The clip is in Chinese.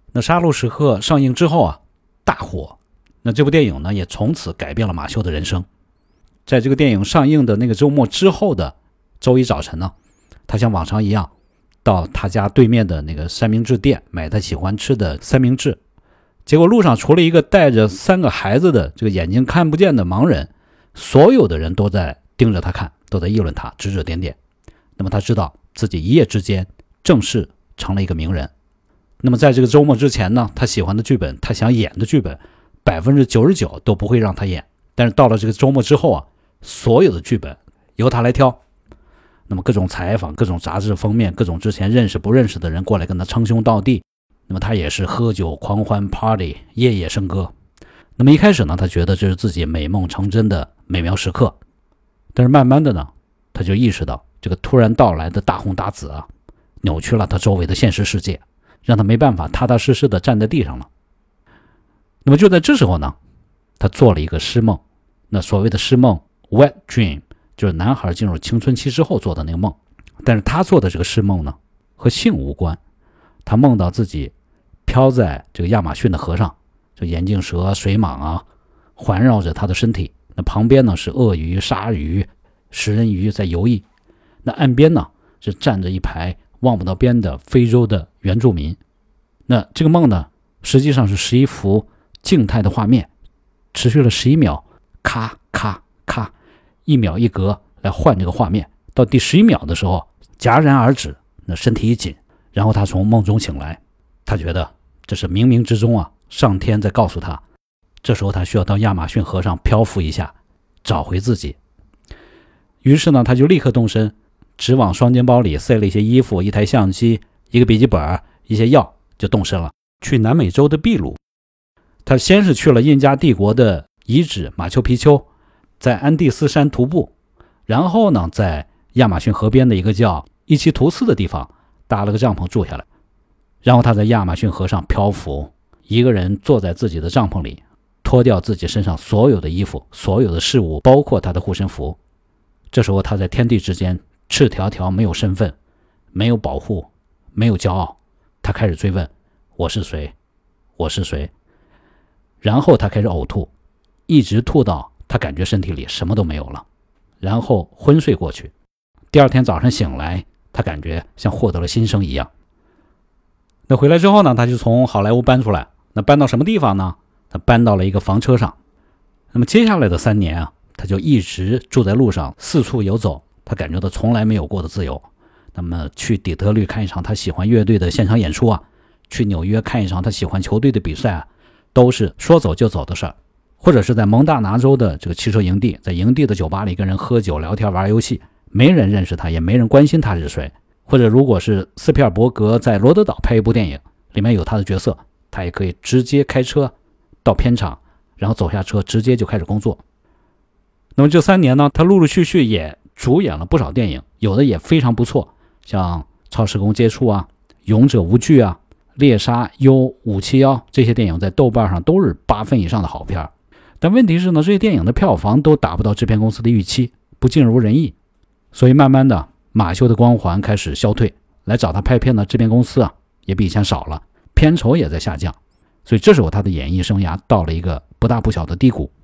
那《杀戮时刻》上映之后啊，大火。那这部电影呢，也从此改变了马修的人生。在这个电影上映的那个周末之后的周一早晨呢，他像往常一样到他家对面的那个三明治店买他喜欢吃的三明治。结果路上除了一个带着3个孩子的这个眼睛看不见的盲人，所有的人都在盯着他看，都在议论他，指指点点。那么他知道自己一夜之间正式成了一个名人。那么在这个周末之前呢，他喜欢的剧本，他想演的剧本，99%都不会让他演。但是到了这个周末之后啊，所有的剧本由他来挑。那么各种采访，各种杂志封面，各种之前认识不认识的人过来跟他称兄道弟。那么他也是喝酒狂欢 party， 夜夜笙歌。那么一开始呢，他觉得这是自己美梦成真的美妙时刻。但是慢慢的呢，他就意识到这个突然到来的大红大紫啊，扭曲了他周围的现实世界，让他没办法踏踏实实的站在地上了。那么就在这时候呢，他做了一个诗梦。那所谓的诗梦 wet dream， 就是男孩进入青春期之后做的那个梦。但是他做的这个诗梦呢，和性无关。他梦到自己飘在这个亚马逊的河上，就眼镜蛇、水蟒啊，环绕着他的身体。那旁边呢是鳄鱼、鲨鱼、食人鱼在游弋。那岸边呢是站着一排望不到边的非洲的原住民。那这个梦呢，实际上是11幅静态的画面，持续了11秒，咔咔咔，1秒1格来换这个画面。到第11秒的时候戛然而止，那身体一紧，然后他从梦中醒来。他觉得这是冥冥之中啊，上天在告诉他，这时候他需要到亚马逊河上漂浮一下，找回自己。于是呢，他就立刻动身，只往双肩包里塞了一些衣服、一台相机、一个笔记本、一些药，就动身了，去南美洲的秘鲁。他先是去了印加帝国的遗址马丘皮丘，在安第斯山徒步，然后呢，在亚马逊河边的一个叫伊奇图斯的地方搭了个帐篷住下来。然后他在亚马逊河上漂浮，一个人坐在自己的帐篷里，脱掉自己身上所有的衣服，所有的事物，包括他的护身符。这时候他在天地之间赤条条，没有身份，没有保护，没有骄傲。他开始追问，我是谁？我是谁？然后他开始呕吐，一直吐到他感觉身体里什么都没有了，然后昏睡过去。第二天早上醒来，他感觉像获得了新生一样。那回来之后呢，他就从好莱坞搬出来。那搬到什么地方呢？他搬到了一个房车上。那么接下来的3年啊，他就一直住在路上，四处游走。他感觉到从来没有过的自由。那么去底特律看一场他喜欢乐队的现场演出啊，去纽约看一场他喜欢球队的比赛啊，都是说走就走的事儿。或者是在蒙大拿州的这个汽车营地，在营地的酒吧里跟人喝酒聊天玩游戏，没人认识他，也没人关心他是谁。或者如果是斯皮尔伯格在罗德岛拍一部电影，里面有他的角色，他也可以直接开车到片场，然后走下车直接就开始工作。那么这3年呢，他陆陆续续也主演了不少电影，有的也非常不错，像超时空接触啊、勇者无惧啊、猎杀 U571 这些电影在豆瓣上都是8分以上的好片。但问题是呢，这些电影的票房都达不到制片公司的预期，不尽如人意。所以慢慢的，马修的光环开始消退，来找他拍片的制片公司啊也比以前少了，片酬也在下降。所以这时候他的演艺生涯到了一个不大不小的低谷。